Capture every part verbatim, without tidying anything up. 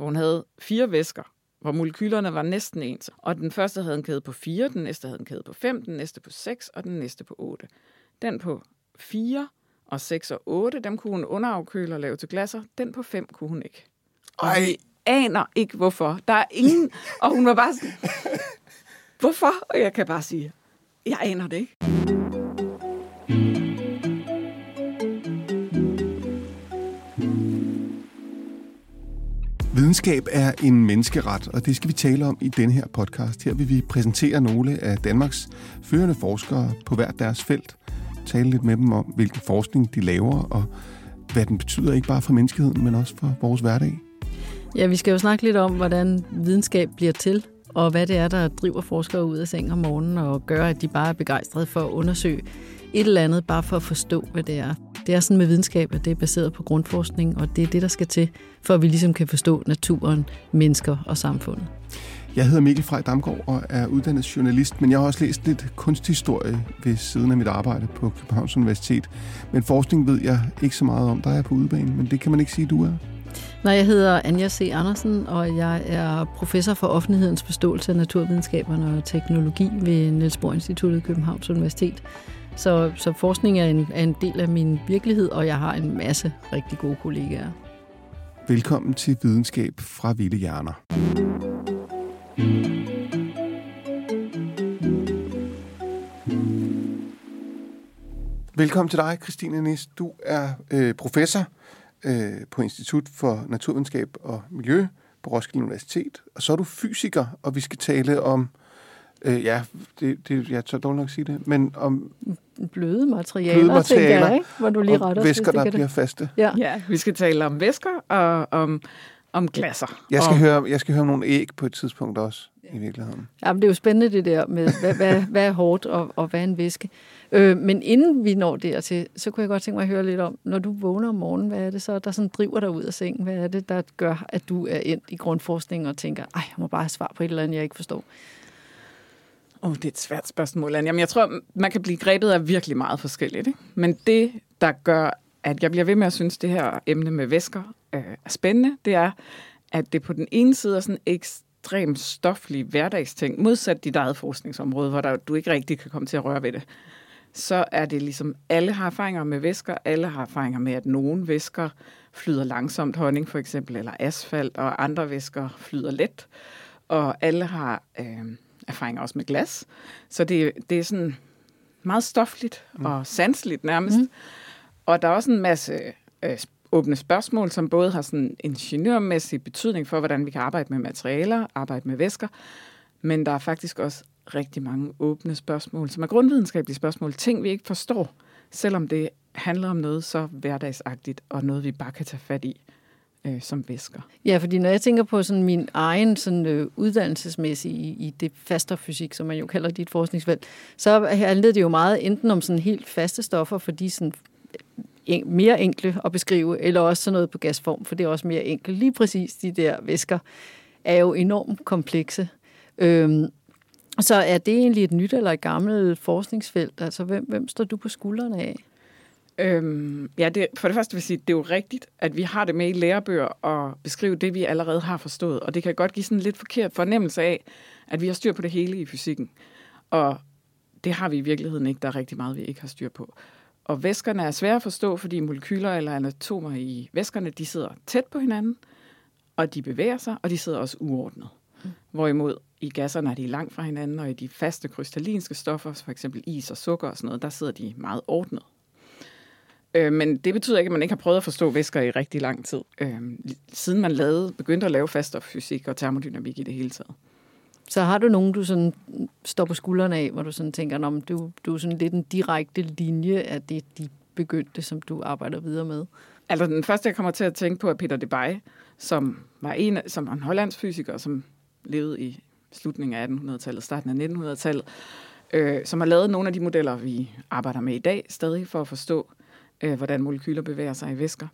hvor hun havde fire væsker, hvor molekylerne var næsten ens. Og den første havde en kæde på fire, den næste havde en kæde på fem, den næste på seks og den næste på otte. Den på fire og seks og otte, dem kunne hun underafkøle og lave til glasser. Den på fem kunne hun ikke. Og Ej. vi aner ikke, hvorfor. Der er ingen... Og hun var bare sådan... Hvorfor? Og jeg kan bare sige, jeg aner det ikke. Videnskab er en menneskeret, og det skal vi tale om i denne her podcast. Her vil vi præsentere nogle af Danmarks førende forskere på hver deres felt. Tale lidt med dem om, hvilken forskning de laver, og hvad den betyder, ikke bare for menneskeheden, men også for vores hverdag. Ja, vi skal jo snakke lidt om, hvordan videnskab bliver til, og hvad det er, der driver forskere ud af seng om morgenen, og gør, at de bare er begejstrede for at undersøge et eller andet, bare for at forstå, hvad det er. Det er sådan med videnskab, at det er baseret på grundforskning, og det er det, der skal til, for at vi ligesom kan forstå naturen, mennesker og samfundet. Jeg hedder Mikkel Frey Damgaard og er uddannet journalist, men jeg har også læst lidt kunsthistorie ved siden af mit arbejde på Københavns Universitet. Men forskning ved jeg ikke så meget om, der er jeg på udebane, men det kan man ikke sige, du er. Nej, jeg hedder Anja C. Andersen, og jeg er professor for offentlighedens forståelse af naturvidenskaberne og teknologi ved Niels Bohr Instituttet i Københavns Universitet. Så, så forskning er en, er en del af min virkelighed, og jeg har en masse rigtig gode kollegaer. Velkommen til Videnskab fra Vilde Hjerner. Velkommen til dig, Christine Næs. Du er øh, professor øh, på Institut for Naturvidenskab og Miljø på Roskilde Universitet. Og så er du fysiker, og vi skal tale om, øh, ja, det, det, jeg tør dog nok sige det, men om bløde materialer, bløde materialer tænker jeg, ikke? Hvor du lige retter og væsker, der det. bliver faste. Ja. Ja, vi skal tale om væsker og om, om glasser. Jeg skal, og... høre, jeg skal høre om nogle æg på et tidspunkt også, i virkeligheden. Ja, men det er jo spændende det der med, hvad, hvad, hvad er hårdt og, og hvad er en væske. Øh, men inden vi når dertil, så kunne jeg godt tænke mig at høre lidt om, når du vågner om morgenen, hvad er det så, der sådan driver dig ud af sengen? Hvad er det, der gør, at du er endt i grundforskning og tænker, ej, jeg må bare have svar på et eller andet, jeg ikke forstår? Åh, oh, det er et svært spørgsmål, Anja. Jamen, jeg tror, man kan blive grebet af virkelig meget forskelligt. Ikke? Men det, der gør, at jeg bliver ved med at synes, det her emne med væsker øh, er spændende, det er, at det på den ene side er sådan ekstremt stoflig hverdagsting, modsat dit eget forskningsområde, hvor der, du ikke rigtig kan komme til at røre ved det. Så er det ligesom, alle har erfaringer med væsker, alle har erfaringer med, at nogle væsker flyder langsomt, honning for eksempel, eller asfalt, og andre væsker flyder let. Og alle har øh, erfaringer også med glas. Så det, det er sådan meget stofligt mm. og sanseligt nærmest. Mm. Og der er også en masse øh, åbne spørgsmål, som både har sådan ingeniørmæssig betydning for, hvordan vi kan arbejde med materialer, arbejde med væsker, men der er faktisk også rigtig mange åbne spørgsmål, som er grundvidenskabelige spørgsmål, ting vi ikke forstår, selvom det handler om noget så hverdagsagtigt, og noget vi bare kan tage fat i øh, som væsker. Ja, fordi når jeg tænker på sådan min egen sådan, øh, uddannelsesmæssige i, i det fasterfysik, som man jo kalder dit forskningsfelt, så handlede det jo meget enten om sådan helt faste stoffer, fordi sådan en, mere enkle at beskrive, eller også sådan noget på gasform, for det er også mere enkelt. Lige præcis de der væsker er jo enormt komplekse. Øhm, så er det egentlig et nyt eller et gammelt forskningsfelt? Altså, hvem, hvem står du på skuldrene af? Øhm, ja, det, for det første vil jeg sige, det er jo rigtigt, at vi har det med i lærebøger og beskrive det, vi allerede har forstået. Og det kan godt give sådan en lidt forkert fornemmelse af, at vi har styr på det hele i fysikken. Og det har vi i virkeligheden ikke. Der er rigtig meget, vi ikke har styr på. Og væskerne er svære at forstå, fordi molekyler eller atomer i væskerne, de sidder tæt på hinanden, og de bevæger sig, og de sidder også uordnet. Mm. Hvorimod i gasserne er de langt fra hinanden, og i de faste krystallinske stoffer, for eksempel is og sukker og sådan noget, der sidder de meget ordnet. Øh, men det betyder ikke, at man ikke har prøvet at forstå væsker i rigtig lang tid. Øh, siden man lavede, begyndte at lave faststoffysik og termodynamik i det hele taget. Så har du nogen, du sådan står på skuldrene af, hvor du sådan tænker, om du, du er sådan lidt en direkte linje af det, de begyndte, som du arbejder videre med? Altså den første, jeg kommer til at tænke på, er Peter Debye, som var en, som var en hollandsk fysiker, som levede i slutningen af attenhundredetallet, starten af nittenhundredetallet, øh, som har lavet nogle af de modeller, vi arbejder med i dag, stadig for at forstå, øh, hvordan molekyler bevæger sig i væsker.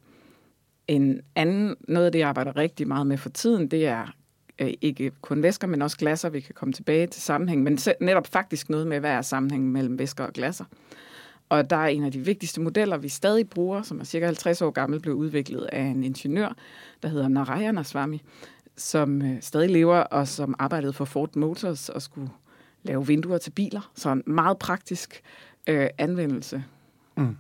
En anden, noget af det, jeg arbejder rigtig meget med for tiden, det er øh, ikke kun væsker, men også glasser. Vi kan komme tilbage til sammenhæng, men netop faktisk noget med, hvad er sammenhængen mellem væsker og glasser. Og der er en af de vigtigste modeller, vi stadig bruger, som er cirka halvtreds år gammel, blev udviklet af en ingeniør, der hedder Narayana Swamy, som øh, stadig lever, og som arbejdede for Ford Motors og skulle lave vinduer til biler. Så en meget praktisk øh, anvendelse. Mm.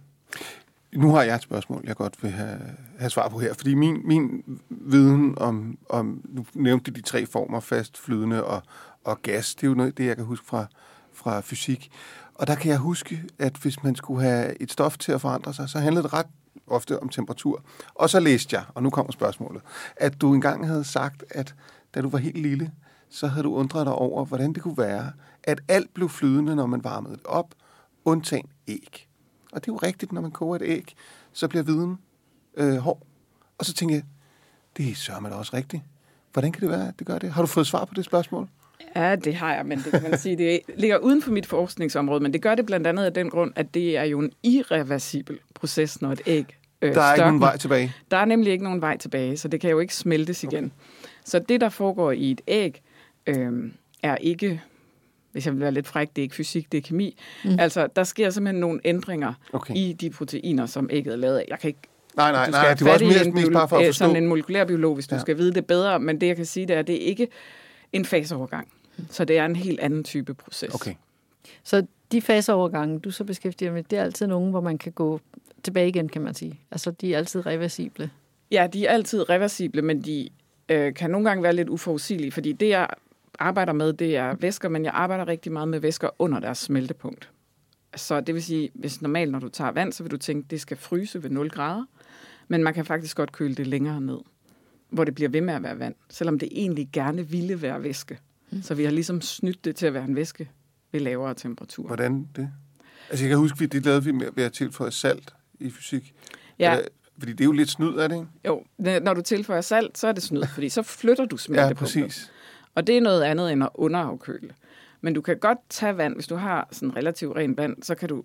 Nu har jeg et spørgsmål, jeg godt vil have, have svar på her. Fordi min, min viden om, om, nu nævnte de tre former, fast, flydende og, og gas, det er jo noget, det, jeg kan huske fra, fra fysik. Og der kan jeg huske, at hvis man skulle have et stof til at forandre sig, så handlede det ret ofte om temperatur. Og så læste jeg, og nu kommer spørgsmålet, at du engang havde sagt, at da du var helt lille, så havde du undret dig over, hvordan det kunne være, at alt blev flydende, når man varmede det op, undtagen æg. Og det er jo rigtigt, når man koger et æg, så bliver viden øh, hård. Og så tænkte jeg, det sørger man da også rigtigt. Hvordan kan det være, at det gør det? Har du fået svar på det spørgsmål? Ja, det har jeg, men det kan man sige, det ligger uden for mit forskningsområde, men det gør det blandt andet af den grund, at det er jo en irreversibel proces, når et æg øh, Der er størkner. ikke nogen vej tilbage. Der er nemlig ikke nogen vej tilbage, så det kan jo ikke smeltes igen. Okay. Så det, der foregår i et æg, øh, er ikke, hvis jeg vil være lidt fræk, det er ikke fysik, det er kemi. Mm. Altså, der sker simpelthen nogle ændringer okay. i de proteiner, som ægget er lavet af. Jeg kan ikke Nej, nej, du nej, det var også mere, mest bare for at forstå. Sådan en molekylærbiolog, hvis du ja. skal vide det bedre, men det, jeg kan sige, det er, det er ikke en faseovergang. Så det er en helt anden type proces. Okay. Så de faseovergange, du så beskæftiger med, det er altid nogen, hvor man kan gå tilbage igen, kan man sige. Altså, de er altid reversible. Ja, de er altid reversible, men de øh, kan nogle gange være lidt uforudsigelige, fordi det, jeg arbejder med, det er væsker, men jeg arbejder rigtig meget med væsker under deres smeltepunkt. Så det vil sige, hvis normalt, når du tager vand, så vil du tænke, det skal fryse ved nul grader, men man kan faktisk godt køle det længere ned, hvor det bliver ved med at være vand, selvom det egentlig gerne ville være væske. Mm. Så vi har ligesom snydt det til at være en væske ved lavere temperatur. Hvordan det? Altså jeg kan huske, at det lavede vi med at tilføje salt i fysik. Ja. Eller, fordi det er jo lidt snyd, er det ikke? Jo, når du tilføjer salt, så er det snyd, fordi så flytter du smeltepunktet. Ja, præcis. Og det er noget andet end at underafkøle. Men du kan godt tage vand, hvis du har sådan relativt ren vand, så kan du,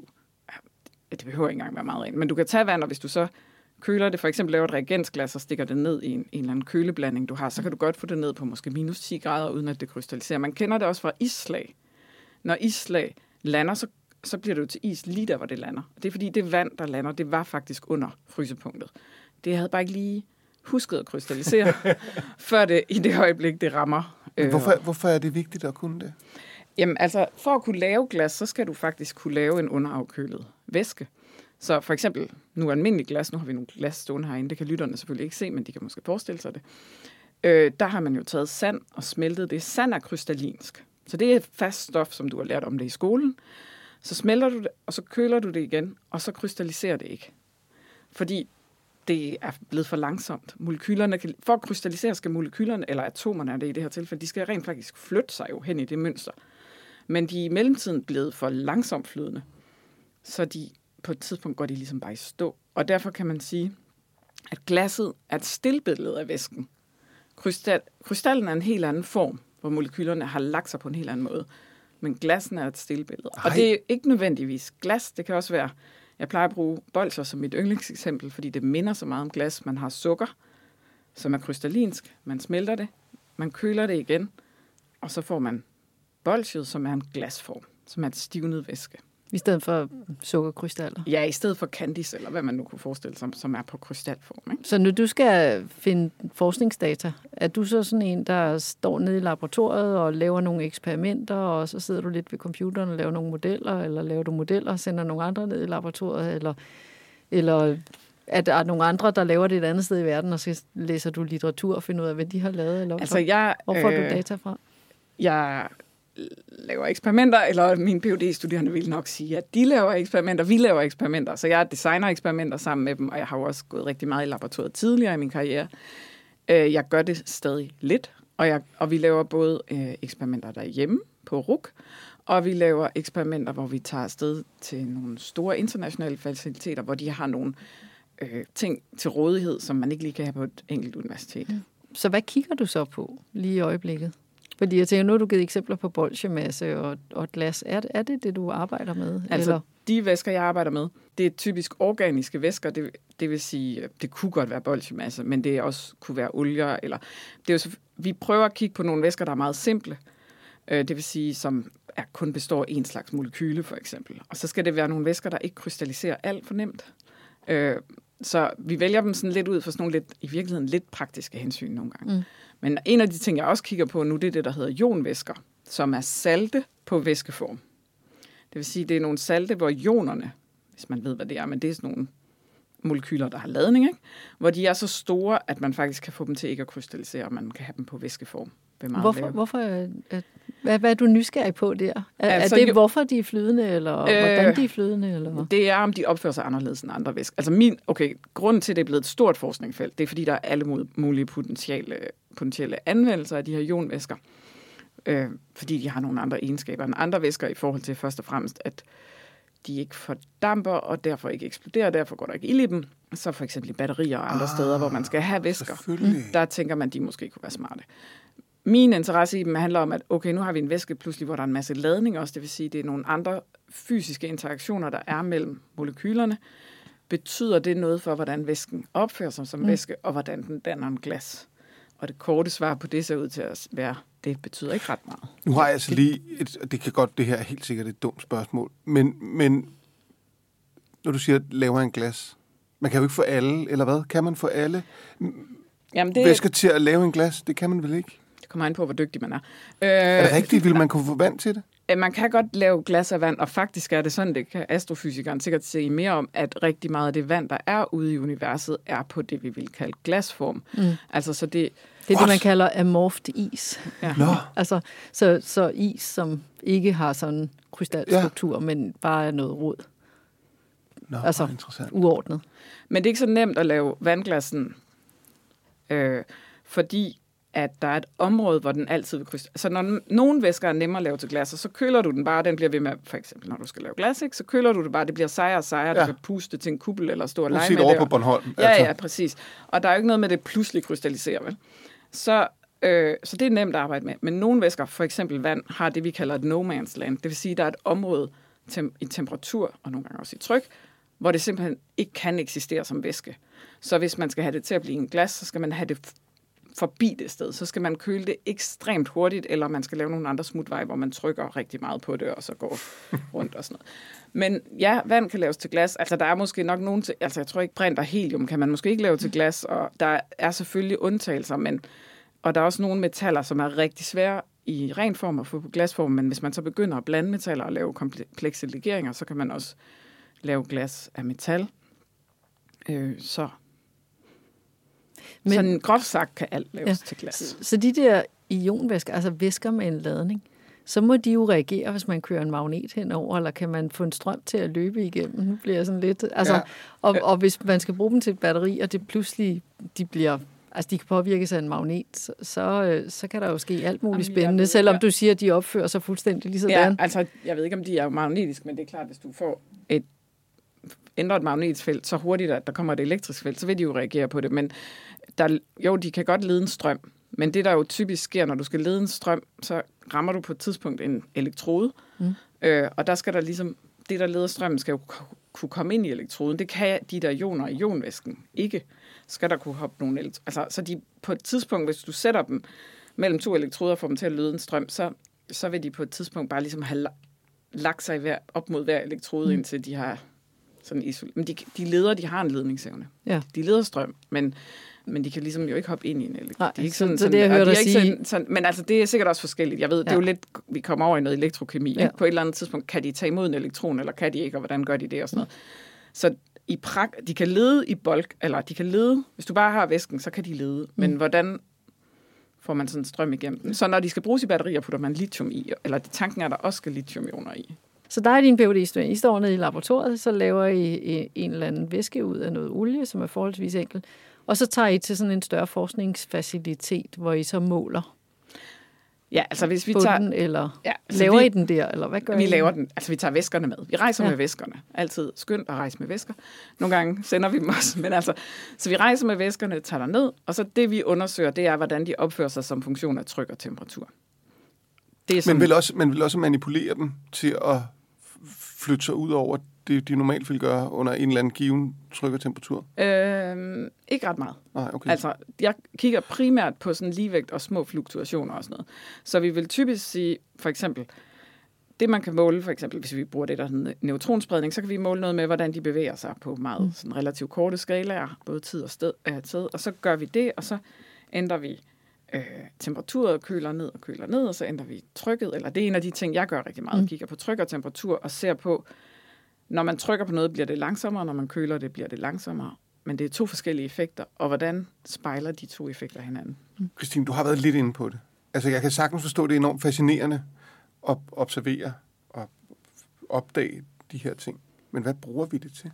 det behøver ikke engang være meget rent, men du kan tage vand, og hvis du så køler det, for eksempel laver et reagensglas og stikker det ned i en, en eller anden køleblanding, du har, så kan du godt få det ned på måske minus ti grader, uden at det krystalliserer. Man kender det også fra islag. Når islag lander, så, så bliver det jo til is lige der, hvor det lander. Det er fordi, det vand, der lander, det var faktisk under frysepunktet. Det havde bare ikke lige husket at krystallisere, før det i det øjeblik, det rammer. Hvorfor, hvorfor er det vigtigt at kunne det? Jamen altså, for at kunne lave glas, så skal du faktisk kunne lave en underafkølet væske. Så for eksempel, nu er almindelig glas, nu har vi nogle glas stående herinde, det kan lytterne selvfølgelig ikke se, men de kan måske forestille sig det. Øh, der har man jo taget sand og smeltet det. Sand er krystallinsk, så det er et fast stof, som du har lært om det i skolen. Så smelter du det, og så køler du det igen, og så krystalliserer det ikke. Fordi det er blevet for langsomt. Molekylerne kan, for at krystallisere skal molekylerne, eller atomerne er det i det her tilfælde, de skal rent faktisk flytte sig jo hen i det mønster. Men de er i mellemtiden blevet for langsomt flydende, så de, på et tidspunkt går de ligesom bare i stå. Og derfor kan man sige, at glasset er et stillbillede af væsken. Krystal, krystallen er en helt anden form, hvor molekylerne har lagt sig på en helt anden måde. Men glassen er et stillbillede. Ej. Og det er ikke nødvendigvis glas, det kan også være. Jeg plejer at bruge bolsjer som mit yndlingseksempel, fordi det minder så meget om glas. Man har sukker, som er krystallinsk. Man smelter det, man køler det igen, og så får man bolsjet, som er en glasform, som er et stivnet væske. I stedet for sukkerkrystaller? Ja, i stedet for candice, eller hvad man nu kunne forestille sig, som er på krystalform. Ikke? Så når du skal finde forskningsdata, er du så sådan en, der står nede i laboratoriet og laver nogle eksperimenter, og så sidder du lidt ved computeren og laver nogle modeller, eller laver du modeller og sender nogle andre ned i laboratoriet, eller, eller er der nogle andre, der laver det et andet sted i verden, og så læser du litteratur og finder ud af, hvad de har lavet? Eller altså, jeg, hvor får øh, du data fra? Jeg laver eksperimenter, eller mine P H D-studerende vil nok sige, at de laver eksperimenter, vi laver eksperimenter, så jeg designer eksperimenter sammen med dem, og jeg har jo også gået rigtig meget i laboratoriet tidligere i min karriere. Jeg gør det stadig lidt, og, jeg, og vi laver både øh, eksperimenter derhjemme på R U C, og vi laver eksperimenter, hvor vi tager afsted til nogle store internationale faciliteter, hvor de har nogle øh, ting til rådighed, som man ikke lige kan have på et enkelt universitet. Mm. Så hvad kigger du så på lige i øjeblikket? Fordi jeg tænker, nu har du givet eksempler på bolsjemasse og, og glas. Er, er det det, du arbejder med? Altså, eller? De væsker, jeg arbejder med, det er typisk organiske væsker. Det, det vil sige, det kunne godt være bolsjemasse, men det også kunne være olier. Eller, det er jo så, vi prøver at kigge på nogle væsker, der er meget simple. Det vil sige, som er, kun består af en slags molekyle, for eksempel. Og så skal det være nogle væsker, der ikke krystalliserer alt for nemt. Så vi vælger dem sådan lidt ud for sådan nogle lidt, i virkeligheden lidt praktiske hensyn nogle gange. Mm. Men en af de ting, jeg også kigger på nu, det er det, der hedder ionvæsker, som er salte på væskeform. Det vil sige, det er nogle salte, hvor ionerne, hvis man ved, hvad det er, men det er sådan nogle molekyler, der har ladning, ikke? Hvor de er så store, at man faktisk kan få dem til ikke at krystallisere, og man kan have dem på væskeform. Hvorfor, hvorfor er, hvad, hvad er du nysgerrig på der? Er, altså, er det, jo, hvorfor de er flydende, eller øh, hvordan de er flydende? Eller? Det er, om de opfører sig anderledes end andre væsker. Altså min, okay, grunden til, at det er blevet et stort forskningsfelt, det er, fordi der er alle mulige potentielle, potentielle anvendelser af de her ionvæsker. Øh, fordi de har nogle andre egenskaber end andre væsker, i forhold til først og fremmest, at de ikke fordamper, og derfor ikke eksploderer, derfor går der ikke ild i dem. Så for eksempel i batterier og andre ah, steder, hvor man skal have væsker. Der tænker man, at de måske kunne være smarte. Min interesse i dem handler om, at okay, nu har vi en væske pludselig, hvor der er en masse ladning også, det vil sige, det er nogle andre fysiske interaktioner, der er mellem molekylerne. Betyder det noget for, hvordan væsken opfører sig som mm. væske, og hvordan den danner en glas? Og det korte svar på det ser ud til at være, det betyder ikke ret meget. Nu har jeg altså lige, et, det kan godt, det her er helt sikkert et dumt spørgsmål, men, men når du siger, laver en glas, man kan jo ikke få alle, eller hvad? Kan man få alle Jamen det, væsker til at lave en glas? Det kan man vel ikke? Det kommer an på, hvor dygtig man er. Øh, er det rigtigt? Vil man kunne få vand til det? Man kan godt lave glas af vand, og faktisk er det sådan, det kan astrofysikeren sikkert se mere om, at rigtig meget af det vand, der er ude i universet, er på det, vi vil kalde glasform. Mm. Altså, så det, det er det, man kalder amorft is. Ja. Nå. Altså, så, så is, som ikke har sådan krystalstruktur, ja. Men bare er noget rod. Nå, altså, interessant. Uordnet. Men det er ikke så nemt at lave vandglassen, øh, fordi at der er et område, hvor den altid vil krydse. Så når nogle væsker er nemmere at lave til glas, så køler du den bare, og den bliver ved med, for eksempel når du skal lave glas, ikke, så køler du det bare, det bliver sejere og sejere, ja. Du kan puste til en kuppel eller stå og lege med det. over på Bornholm. Ja, altså. Ja, præcis. Og der er jo ikke noget med, det pludselig krystalliserer, vel? Så, øh, så det er nemt at arbejde med. Men nogle væsker, for eksempel vand, har det, vi kalder et no man's land. Det vil sige, at der er et område tem- i temperatur, og nogle gange også i tryk, hvor det simpelthen ikke kan eksistere som væske. Så hvis man skal have det til at blive en glas, så skal man have det forbi det sted. Så skal man køle det ekstremt hurtigt, eller man skal lave nogle andre smutveje, hvor man trykker rigtig meget på det, og så går rundt og sådan noget. Men ja, vand kan laves til glas. Altså, der er måske nok nogen til... Altså, jeg tror ikke, brint og helium kan man måske ikke lave til glas, og der er selvfølgelig undtagelser, men... Og der er også nogle metaller, som er rigtig svære i ren form at få på glasform, men hvis man så begynder at blande metaller og lave komplekse legeringer, så kan man også lave glas af metal. Øh, så... Men, sådan groft sagt kan alt laves ja, til glas. Så, så de der ionvæsker, altså væsker med en ladning, så må de jo reagere, hvis man kører en magnet henover, eller kan man få en strøm til at løbe igennem? Nu bliver jeg sådan lidt... Altså, ja. og, og hvis man skal bruge dem til et batteri, og det pludselig, de bliver... Altså, de kan påvirkes af en magnet, så, så, så kan der jo ske alt muligt Jamen, spændende, ved, selvom ja. Du siger, at de opfører sig fuldstændig lige sådan. Ja, altså, jeg ved ikke, om de er magnetiske, men det er klart, hvis du får et ændrer et magnetfelt så hurtigt, at der kommer et elektrisk felt, så vil de jo reagere på det. Men der, jo, de kan godt lede en strøm. Men det, der jo typisk sker, når du skal lede en strøm, så rammer du på et tidspunkt en elektrode. Mm. Øh, og der skal der ligesom, det, der leder strømmen, skal jo kunne komme ind i elektroden. Det kan de der ioner i ionvæsken ikke. Skal der kunne hoppe nogle elektroder. Altså, så de på et tidspunkt, hvis du sætter dem mellem to elektroder og får dem til at lede en strøm, så, så vil de på et tidspunkt bare ligesom have lagt sig hver, op mod hver elektrode, mm. indtil de har sådan isol. Men de, de leder, de har en ledningsevne. Ja. De leder strøm, men, men de kan ligesom jo ikke hoppe ind i en elektrode. Nej, så, sådan, så det, jeg hører dig sige... Sådan, sådan, men altså, det er sikkert også forskelligt. Jeg ved, ja. Det er jo lidt, vi kommer over i noget elektrokemi. Ja. På et eller andet tidspunkt, kan de tage imod en elektron, eller kan de ikke, og hvordan gør de det og sådan noget. Så i prak- de kan lede i bulk, eller de kan lede, hvis du bare har væsken, så kan de lede. Men mm. hvordan får man sådan strøm igennem den? Så når de skal bruges i batterier, putter man lithium i, eller de tanken er, der også skal lithium-ioner i. Så der er din PhD-student. I står nede i laboratoriet, så laver I en eller anden væske ud af noget olie, som er forholdsvis enkelt. Og så tager I til sådan en større forskningsfacilitet, hvor I så måler. Ja, altså hvis vi tager... den, eller ja, altså laver vi, I den der, eller hvad gør vi I? Vi laver den, altså vi tager væskerne med. Vi rejser ja. med væskerne. Altid skønt at rejse med væsker. Nogle gange sender vi dem også, men altså... Så vi rejser med væskerne, tager der ned, og så det vi undersøger, det er, hvordan de opfører sig som funktion af tryk og temperatur. Det er sådan, men, vil også, men vil også manipulere dem til at flytte sig ud over det, de normalt vil gøre under en eller anden given tryk og temperatur? Øhm, ikke ret meget. Nej, okay. Altså, jeg kigger primært på sådan ligevægt og små fluktuationer og sådan noget. Så vi vil typisk sige, for eksempel, det, man kan måle, for eksempel, hvis vi bruger det, der hedder neutronspredning, så kan vi måle noget med, hvordan de bevæger sig på meget sådan relativt korte skalaer, både tid og sted, øh, tid, og så gør vi det, og så ændrer vi øh, temperaturer, køler ned og køler ned, og så ændrer vi trykket, eller det er en af de ting, jeg gør rigtig meget, mm. kigger på tryk og temperatur, og ser på, når man trykker på noget, bliver det langsommere, når man køler det, bliver det langsommere, men det er to forskellige effekter, og hvordan spejler de to effekter hinanden? Christine, du har været lidt inde på det. Altså, jeg kan sagtens forstå, det er enormt fascinerende at observere og opdage de her ting. Men hvad bruger vi det til?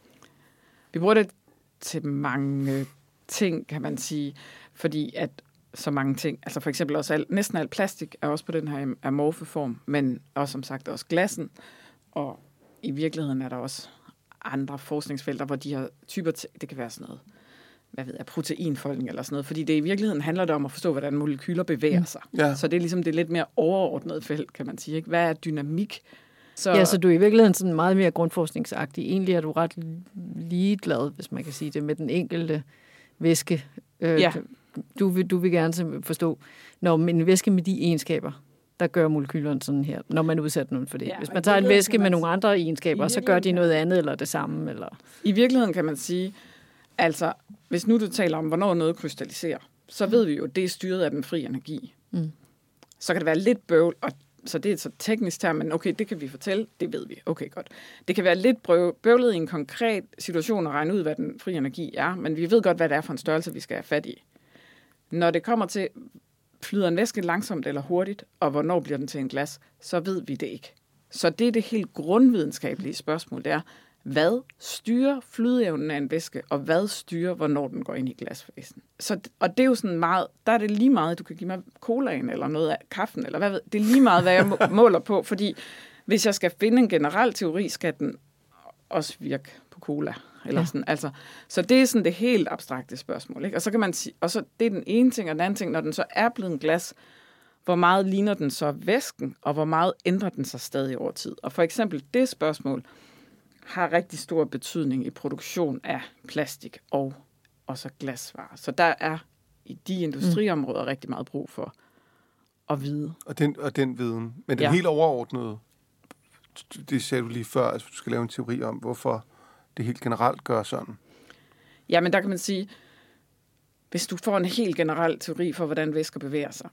Vi bruger det til mange ting, kan man sige, fordi at så mange ting, altså for eksempel også al, næsten al plastik er også på den her amorfe form, men også som sagt også glassen, og i virkeligheden er der også andre forskningsfelter, hvor de her typer, det kan være sådan noget, hvad ved jeg, proteinfoldning eller sådan noget, fordi det i virkeligheden handler det om at forstå, hvordan molekyler bevæger sig. Ja. Så det er ligesom det lidt mere overordnede felt, kan man sige. Ikke? Hvad er dynamik? Så... Ja, så du er i virkeligheden sådan meget mere grundforskningsagtig. Egentlig er du ret ligeglad, hvis man kan sige det, med den enkelte væske. Øh, ja. du, vil, du vil gerne forstå, når en væske med de egenskaber, der gør molekylerne sådan her, når man udsætter nogen for det. Ja, hvis man tager en væske med nogle andre egenskaber, så gør de noget andet eller det samme. Eller... I virkeligheden kan man sige, altså, hvis nu du taler om, hvornår noget krystalliserer, så ved vi jo, at det er styret af den fri energi. Mm. Så kan det være lidt bøvl, og så det er et så teknisk term, men okay, det kan vi fortælle, det ved vi. Okay, godt. Det kan være lidt bøvlet i en konkret situation at regne ud, hvad den fri energi er, men vi ved godt, hvad det er for en størrelse, vi skal have fat i. Når det kommer til, flyder en væske langsomt eller hurtigt, og hvornår bliver den til en glas, så ved vi det ikke. Så det er det helt grundvidenskabelige spørgsmål, det er, hvad styrer flydeevnen af en væske, og hvad styrer, hvornår den går ind i glasfasen. Så, og det er jo sådan meget, der er det lige meget, du kan give mig colaen eller noget af kaffen, eller hvad ved, det er lige meget, hvad jeg måler på, fordi hvis jeg skal finde en generel teori, skal den også virke på cola. Eller ja. Sådan, altså, så det er sådan det helt abstrakte spørgsmål. Ikke? Og så kan man sige, og så det er den ene ting, og den anden ting, når den så er blevet en glas, hvor meget ligner den så væsken, og hvor meget ændrer den sig stadig over tid. Og for eksempel det spørgsmål har rigtig stor betydning i produktion af plastik og også glasvarer. Så der er i de industriområder mm. rigtig meget brug for at vide. Og den, og den viden. Men den ja. helt overordnede, det sagde du lige før, altså du skal lave en teori om, hvorfor det helt generelt gør sådan. Ja, men der kan man sige, hvis du får en helt generel teori for, hvordan væsker bevæger sig,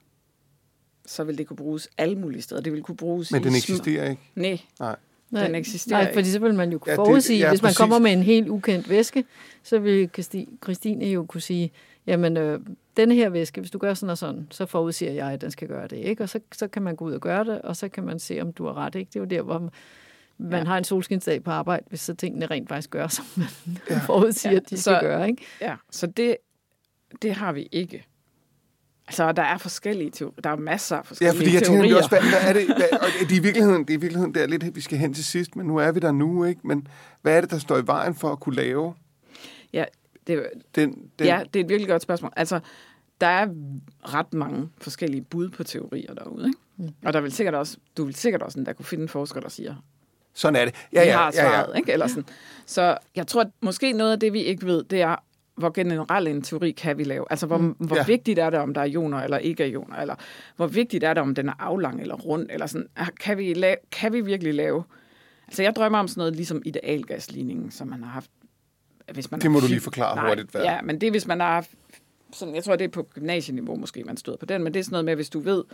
så vil det kunne bruges alle mulige steder. Det vil kunne bruges men i den eksisterer sm- ikke? Nej. Nej. Nej, den eksisterer Nej, fordi så vil man jo kunne ja, forudsige, ja, hvis man præcis. kommer med en helt ukendt væske, så vil Christine jo kunne sige, jamen, øh, denne her væske, hvis du gør sådan og sådan, så forudsiger jeg, at den skal gøre det, ikke? Og så, så kan man gå ud og gøre det, og så kan man se, om du har ret, ikke? Det er jo der, hvor man ja. har en solskinsdag på arbejde, hvis så tingene rent faktisk gør, som man ja. forudsiger, ja, at de så, skal gøre, ikke? Ja, så det, det har vi ikke. Altså, der er forskellige teorier. Der er masser af forskellige teorier. Ja, fordi jeg teorier. tænker også, hvad, hvad er det, hvad, og det er i virkeligheden, det er i virkeligheden der lidt, vi skal hen til sidst, men nu er vi der nu, ikke? Men hvad er det, der står i vejen for at kunne lave? Ja, det, den, den... ja, det er et virkelig godt spørgsmål. Altså, der er ret mange forskellige bud på teorier derude, ikke? Mm. Og der vil sikkert også, du vil sikkert også, der kunne finde en forsker, der siger, sådan er det. Ja, ja, vi har svaret, ja, ja. ikke? Eller sådan. Så jeg tror, at måske noget af det, vi ikke ved, det er, hvor generel en teori kan vi lave? Altså, hvor, mm. hvor ja. vigtigt er det, om der er ioner eller ikke er ioner? Eller hvor vigtigt er det, om den er aflang eller rund? Eller sådan, kan vi, lave, kan vi virkelig lave? Altså, jeg drømmer om sådan noget, ligesom idealgasligningen, som man har haft. Hvis man det må har du lige forklare nej, hurtigt, hvad? Ja, men det er, hvis man har sådan, jeg tror, det er på gymnasieniveau måske, man støder på den, men det er sådan noget med, hvis du ved,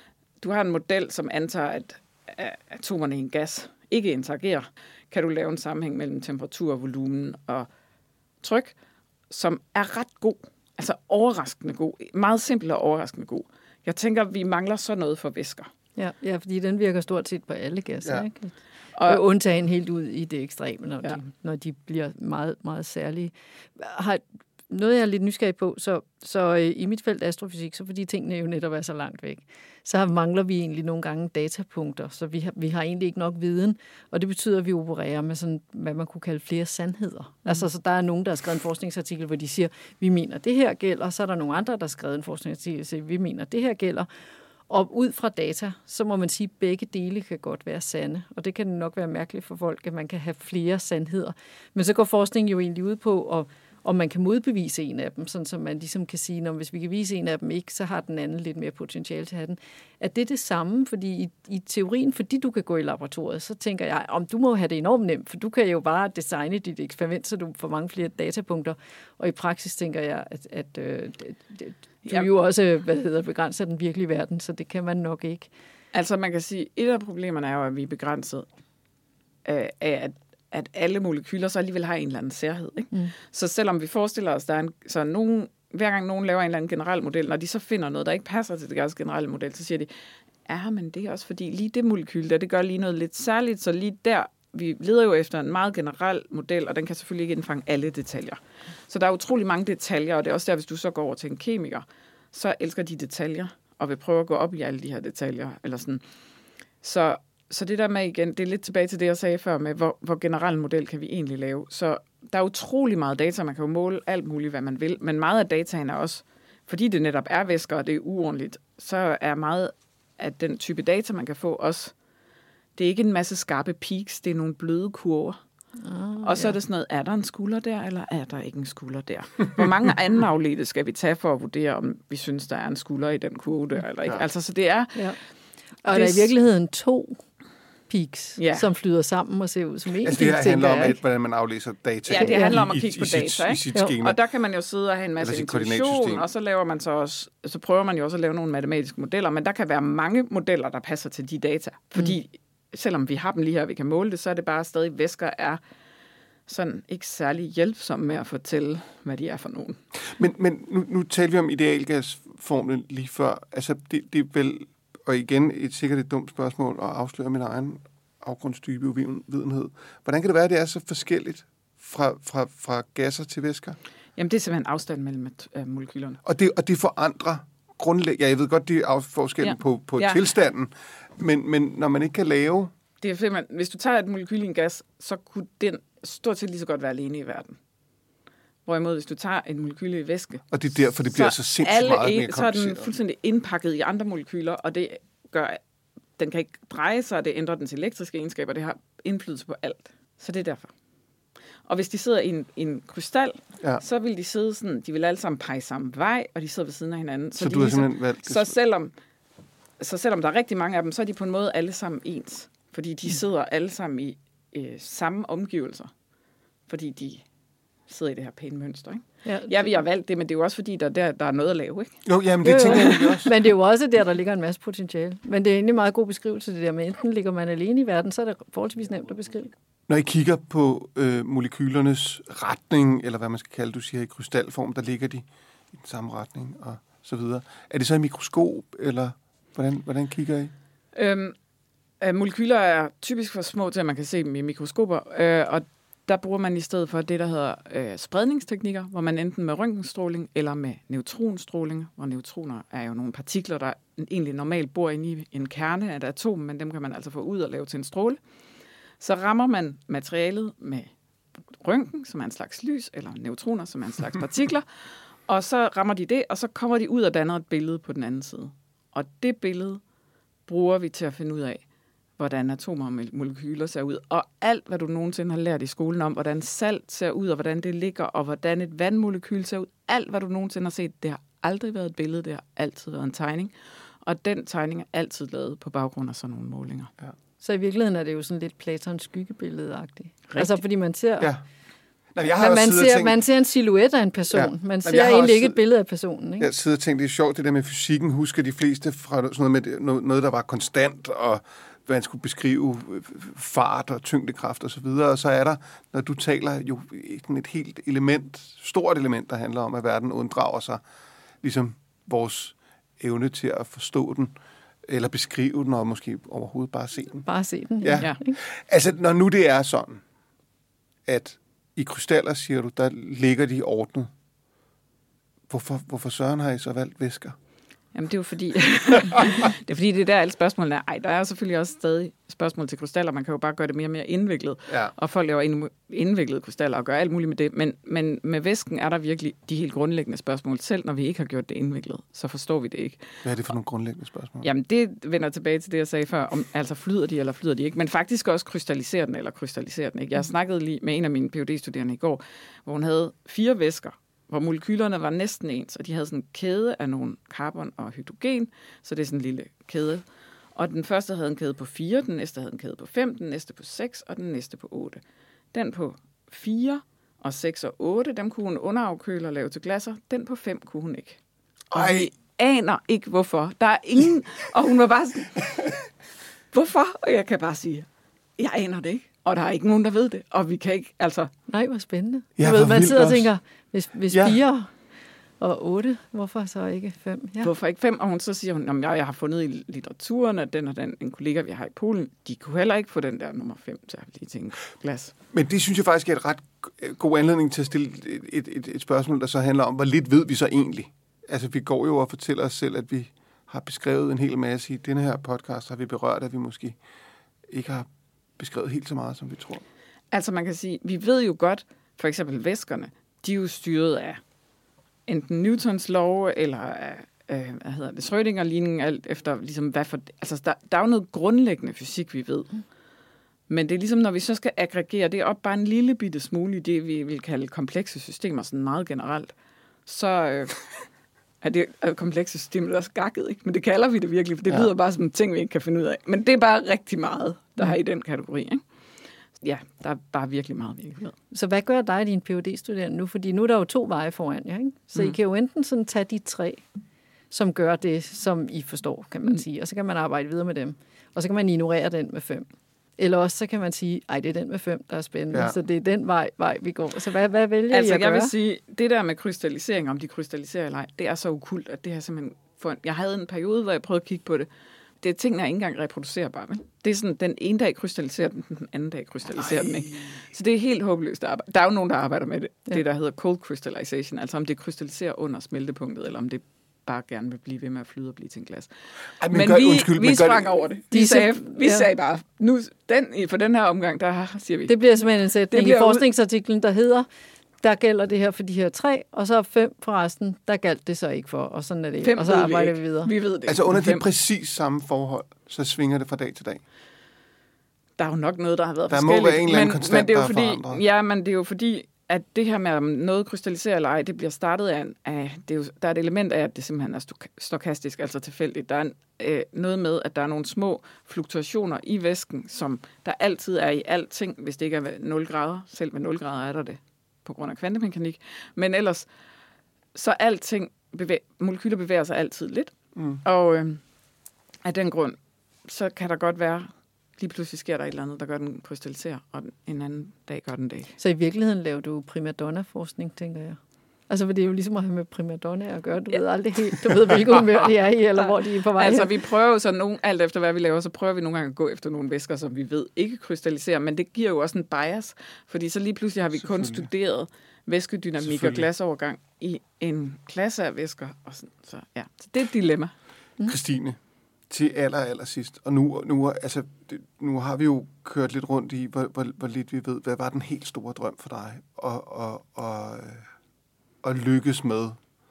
du har en model, som antager, at atomerne i en gas ikke interagerer, kan du lave en sammenhæng mellem temperatur, volumen og tryk, som er ret god. Altså overraskende god. Meget simpel og overraskende god. Jeg tænker, vi mangler så noget for væsker. Ja, ja, fordi den virker stort set på alle gasser, ja. Ikke? Og, og undtagen helt ud i det ekstreme, når, ja. de, når de bliver meget, meget særlige. Har, noget, jeg er lidt nysgerrig på, så, så øh, i mit felt astrofysik, så fordi tingene jo netop er så langt væk, så mangler vi egentlig nogle gange datapunkter, så vi har, vi har egentlig ikke nok viden, og det betyder, at vi opererer med sådan, hvad man kunne kalde flere sandheder. Mm. Altså, så der er nogen, der har skrevet en forskningsartikel, hvor de siger, vi mener, det her gælder, så er der nogle andre, der har skrevet en forskningsartikel, der siger, vi mener, det her gælder. Og ud fra data, så må man sige, at begge dele kan godt være sande. Og det kan nok være mærkeligt for folk, at man kan have flere sandheder. Men så går forskningen jo egentlig ud på at, om man kan modbevise en af dem, sådan som man ligesom kan sige, at hvis vi kan vise en af dem ikke, så har den anden lidt mere potentiale til at have den. At det er det samme, fordi i, i teorien, fordi du kan gå i laboratoriet, så tænker jeg, om du må have det enormt nemt, for du kan jo bare designe dit eksperiment, så du får mange flere datapunkter. Og i praksis tænker jeg, at, at øh, du ja. jo også hvad hedder, begrænser den virkelige verden, så det kan man nok ikke. Altså man kan sige, et af problemerne er jo, at vi er begrænset øh, af, at at alle molekyler så alligevel har en eller anden særhed. Ikke? Mm. Så selvom vi forestiller os, der er en, så nogen, hver gang nogen laver en eller anden generel model, når de så finder noget, der ikke passer til deres generelle model, så siger de, ja, men det er også fordi lige det molekyl der, det gør lige noget lidt særligt, så lige der, vi leder jo efter en meget generel model, og den kan selvfølgelig ikke indfange alle detaljer. Så der er utrolig mange detaljer, og det er også der, hvis du så går over til en kemiker, så elsker de detaljer, og vil prøve at gå op i alle de her detaljer, eller sådan. Så Så det der med igen, det er lidt tilbage til det, jeg sagde før med, hvor, hvor generel en model kan vi egentlig lave. Så der er utrolig meget data, man kan jo måle alt muligt, hvad man vil, men meget af dataen er også, fordi det netop er væsker, og det er uordentligt, så er meget af den type data, man kan få også, det er ikke en masse skarpe peaks, det er nogle bløde kurver. Oh, og så ja. er det sådan noget, er der en skulder der, eller er der ikke en skulder der? Hvor mange anden afledte skal vi tage for at vurdere, om vi synes, der er en skulder i den kurve der, eller ikke? Ja. Altså, så det er... Ja. Og det, der er i virkeligheden to peaks, ja. som flyder sammen og ser ud som en. Altså det her handler om, et, hvordan man aflæser data. Ja, det handler om at kigge i, på i data. Sit, ikke? i sit schema. Og der kan man jo sidde og have en masse intuition, og så laver man så også, så prøver man jo også at lave nogle matematiske modeller, men der kan være mange modeller, der passer til de data. Fordi mm. selvom vi har dem lige her, vi kan måle det, så er det bare stadig, væsker er sådan ikke særlig hjælpsomme med at fortælle, hvad de er for nogen. Men, men nu, nu taler vi om idealgasformlen lige før. Altså det, det er vel, og igen et sikkert et dumt spørgsmål, at afsløre min egen afgrundsdybe uvidenhed. Hvordan kan det være, at det er så forskelligt fra, fra, fra gasser til væsker? Jamen, det er simpelthen afstand mellem øh, molekylerne. Og det, og det forandrer grundlæggende... Ja, jeg ved godt, det er forskellen ja. på, på ja. tilstanden, men, men når man ikke kan lave... Det er simpelthen, hvis du tager et molekyl i en gas, så kunne den stort set lige så godt være alene i verden. Hvorimod, hvis du tager et molekyl i væske... Og det er derfor, det bliver så, så sindssygt meget mere kompliceret. Så er den fuldstændig indpakket i andre molekyler, og det gør... Den kan ikke dreje sig, og det ændrer dens elektriske egenskaber, det har indflydelse på alt. Så det er derfor. Og hvis de sidder i en, en krystal, ja. så vil de sidde sådan, de vil alle sammen pege samme vej, og de sidder ved siden af hinanden. Så, så du de har ligesom, simpelthen valgt... Så selvom, så selvom der er rigtig mange af dem, så er de på en måde alle sammen ens. Fordi de sidder alle sammen i øh, samme omgivelser. Fordi de sidder i det her pæne mønster, ikke? Ja, ja, vi har valgt det, men det er jo også fordi, der, der, der er noget at lave, ikke? Jo, jamen det tænker jeg også. Men det er jo også der, der ligger en masse potentiale. Men det er egentlig en meget god beskrivelse, det der med, enten ligger man alene i verden, så er det forholdsvis nemt at beskrive. Når I kigger på øh, molekylernes retning, eller hvad man skal kalde, du siger i krystalform, der ligger de i den samme retning, og så videre. Er det så i mikroskop, eller hvordan, hvordan kigger I? Øhm, øh, molekyler er typisk for små til, at man kan se dem i mikroskoper, øh, og der bruger man i stedet for det, der hedder øh, spredningsteknikker, hvor man enten med røntgenstråling eller med neutronstråling, hvor neutroner er jo nogle partikler, der egentlig normalt bor inde i en kerne af et atom, men dem kan man altså få ud og lave til en stråle. Så rammer man materialet med røntgen, som er en slags lys, eller neutroner, som er en slags partikler, og så rammer de det, og så kommer de ud og danner et billede på den anden side. Og det billede bruger vi til at finde ud af, hvordan atomer og molekyler ser ud. Og alt, hvad du nogensinde har lært i skolen om, hvordan salt ser ud, og hvordan det ligger, og hvordan et vandmolekyl ser ud. Alt, hvad du nogensinde har set, det har aldrig været et billede, det har altid været en tegning. Og den tegning er altid lavet på baggrund af sådan nogle målinger. Ja. Så i virkeligheden er det jo sådan lidt Platons skyggebillede-agtigt. Altså, fordi man ser... Ja. Nej, jeg har man, man, ser, tænkt, man ser en silhuet af en person. Ja. Man ser egentlig ikke siddet, et billede af personen. Ikke? Jeg sidder og tænkt, det er sjovt, det der med fysikken. Husker de fleste fra sådan noget, med, noget, der var konstant, og hvad man skulle beskrive fart og tyngdekraft og så videre. Og så er der, når du taler, jo et helt element, stort element, der handler om, at verden unddrager sig ligesom vores evne til at forstå den, eller beskrive den, og måske overhovedet bare se den. Bare se den, ja. ja. Altså, når nu det er sådan, at i krystaller, siger du, der ligger de ordnet. Hvorfor, hvorfor søren har I så valgt væsker? Jamen, det er jo fordi, det er fordi, det er der alle spørgsmålene er. Ej, der er selvfølgelig også stadig spørgsmål til krystaller. Man kan jo bare gøre det mere og mere indviklet. Ja. Og folk laver indviklede krystaller og gør alt muligt med det. Men, men med væsken er der virkelig de helt grundlæggende spørgsmål. Selv når vi ikke har gjort det indviklet, så forstår vi det ikke. Hvad er det for nogle grundlæggende spørgsmål? Jamen, det vender tilbage til det, jeg sagde før. Om, altså, flyder de eller flyder de ikke? Men faktisk også krystalliserer den eller krystalliserer den ikke. Jeg snakkede lige med en af mine Ph.D.-studerende i går, hvor hun havde fire væsker, hvor molekylerne var næsten ens, og de havde sådan en kæde af nogle carbon og hydrogen, så det er sådan en lille kæde. Og den første havde en kæde på fire, den næste havde en kæde på fem, den næste på seks, og den næste på otte. Den på fire og seks og otte, dem kunne hun underafkøle og lave til glasser. Den på fem kunne hun ikke. Og Ej. vi aner ikke, hvorfor. Der er ingen... Og hun var bare sådan... Hvorfor? Og jeg kan bare sige, jeg aner det ikke. Og der er ikke nogen, der ved det. Og vi kan ikke, altså... Nej, hvor spændende. Ja, du ved, man sidder og også. tænker, hvis, hvis Ja. fire og otte, hvorfor så ikke fem? Ja. Hvorfor ikke fem? Og hun så siger hun, at jeg, jeg har fundet i litteraturen, at den og den, en kollega, vi har i Polen, de kunne heller ikke få den der nummer fem til at blive til en glas. Men det synes jeg faktisk er et ret god anledning til at stille et, et, et, et spørgsmål, der så handler om, hvor lidt ved vi så egentlig? Altså, vi går jo og fortæller os selv, at vi har beskrevet en hel masse i denne her podcast, har vi berørt, at vi måske ikke har beskrevet helt så meget, som vi tror. Altså man kan sige, vi ved jo godt, for eksempel væskerne, de er jo styret af enten Newtons lov, eller af, øh, hvad hedder det, Schrödinger-ligningen, alt efter, ligesom, hvad for, altså der, der er jo noget grundlæggende fysik, vi ved. Men det er ligesom, når vi så skal aggregere det op bare en lille bitte smule i det, vi vil kalde komplekse systemer, sådan meget generelt, så øh, er det er komplekse systemer også gakket, ikke? Men det kalder vi det virkelig, for det Ja. lyder bare som en ting, vi ikke kan finde ud af. Men det er bare rigtig meget, der er i den kategori, ikke? Ja, der er bare virkelig meget virkelighed. Så hvad gør dig, din Ph.D.-studerende, nu? Fordi nu er der jo to veje foran jer, ikke? Så mm. I kan jo enten sådan tage de tre, som gør det, som I forstår, kan man mm. sige, og så kan man arbejde videre med dem. Og så kan man ignorere den med fem. Eller også så kan man sige, ej, det er den med fem, der er spændende, Ja. så det er den vej, vej vi går. Så hvad, hvad vælger Altså, I at jeg gøre? vil sige, det der med krystallisering, om de krystalliserer eller ej, det er så okult, at det har simpelthen... For, jeg havde en periode, hvor jeg prøvede at kigge på det. Det er tingene, der ikke engang reproducerer bare, vel? Det er sådan, den ene dag krystalliserer den, den anden dag krystalliserer Ej. den ikke. Så det er helt håbløst at arbejde. Der er jo nogen, der arbejder med det. Ja. Det, der hedder cold crystallization, altså om det krystalliserer under smeltepunktet, eller om det bare gerne vil blive ved med at flyde og blive til en glas. Ej, men men gør, vi, undskyld, vi men gør sprang det, over det. Vi, De sagde, sim- vi ja. sagde bare, nu, den, for den her omgang, der siger vi... Det bliver simpelthen en sætning i bliver ud- forskningsartiklen, der hedder, der gælder det her for de her tre, og så fem for resten, der galt det så ikke for, og sådan er det. Fem og så ved vi arbejder ikke. vi videre. Vi ved det. Altså under Fem. de præcis samme forhold, så svinger det fra dag til dag. Der er jo nok noget, der har været Der må forskelligt. være en eller anden men, konstant, men det er jo der er fordi, forandret. Ja, men det er jo fordi, at det her med, om noget krystalliserer eller ej, det bliver startet af, af det er jo, der er et element af, at det simpelthen er stok- stokastisk, altså tilfældigt. Der er en, øh, noget med, at der er nogle små fluktuationer i væsken, som der altid er i alting, hvis det ikke er nul grader. Selv med nul grader er der det, på grund af kvantemekanik. Men ellers, så alting, bevæ- molekyler bevæger sig altid lidt. Mm. Og øh, af den grund, så kan der godt være, lige pludselig sker der et eller andet, der gør den krystalliserer, og en anden dag gør den det ikke. Så i virkeligheden laver du primadonna-forskning, tænker jeg. Altså, for det er jo ligesom at have med primadonna at gøre. Du ja. ved aldrig helt, du ved, hvilket humør de er i, eller hvor de er på vej Altså, hen. vi prøver jo så nogle, alt efter hvad vi laver, så prøver vi nogle gange at gå efter nogle væsker, som vi ved ikke krystalliserer, men det giver jo også en bias, fordi så lige pludselig har vi kun studeret væskedynamik og glasovergang i en klasse af væsker. Og sådan, så, ja. så det er et dilemma. Christine, til aller, aller sidst, og nu, nu, altså, det, nu har vi jo kørt lidt rundt i, hvor, hvor, hvor lidt vi ved, hvad var den helt store drøm for dig, og, og, og, og lykkes med?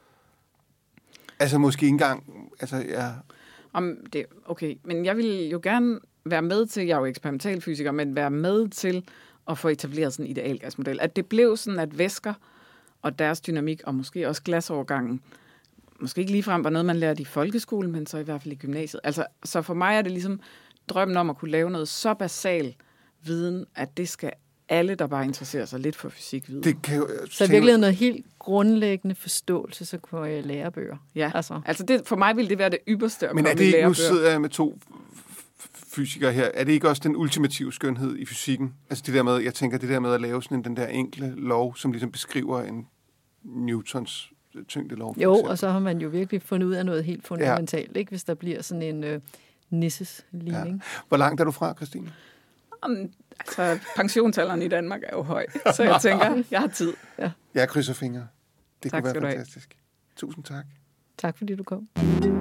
Altså måske ikke engang, altså ja... Om det, okay, men jeg vil jo gerne være med til, jeg er jo eksperimentalfysiker, men være med til at få etableret sådan en idealgasmodel. At det blev sådan, at væsker og deres dynamik, og måske også glasovergangen, måske ikke ligefrem var noget, man lærte i folkeskolen, men så i hvert fald i gymnasiet. Altså, så for mig er det ligesom drømmen om at kunne lave noget så basal viden, at det skal alle, der bare interesserer sig lidt for fysik, vide. Det kan jo, Så i virkeligheden noget helt grundlæggende forståelse, så kunne jeg lære bøger. Ja, altså, altså det, for mig ville det være det ypperste at Men er komme det i ikke, nu lærebøger. sidder jeg med to fysikere her, er det ikke også den ultimative skønhed i fysikken? Altså det der med, jeg tænker, det der med at lave sådan en, den der enkle lov, som ligesom beskriver en Newtons tyngdelov. for jo, eksempel. og så har man jo virkelig fundet ud af noget helt fundamentalt, ja. ikke? Hvis der bliver sådan en øh, nisses-ligning. Ja. Hvor langt er du fra, Christine? Om, altså, pensionsalderen i Danmark er jo høj, så jeg tænker, jeg har tid. Jeg krydser fingre. Det Tak kunne skal være du have. fantastisk. Tusind tak. Tak fordi du kom.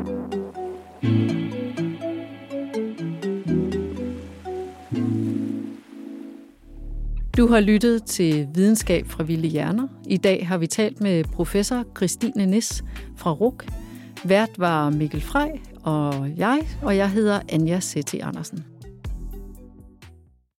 Du har lyttet til Videnskab fra Vilde Hjerner. I dag har vi talt med professor Christine Niss fra R U C. Vært var Mikkel Frey og jeg, og jeg hedder Anja C T Andersen.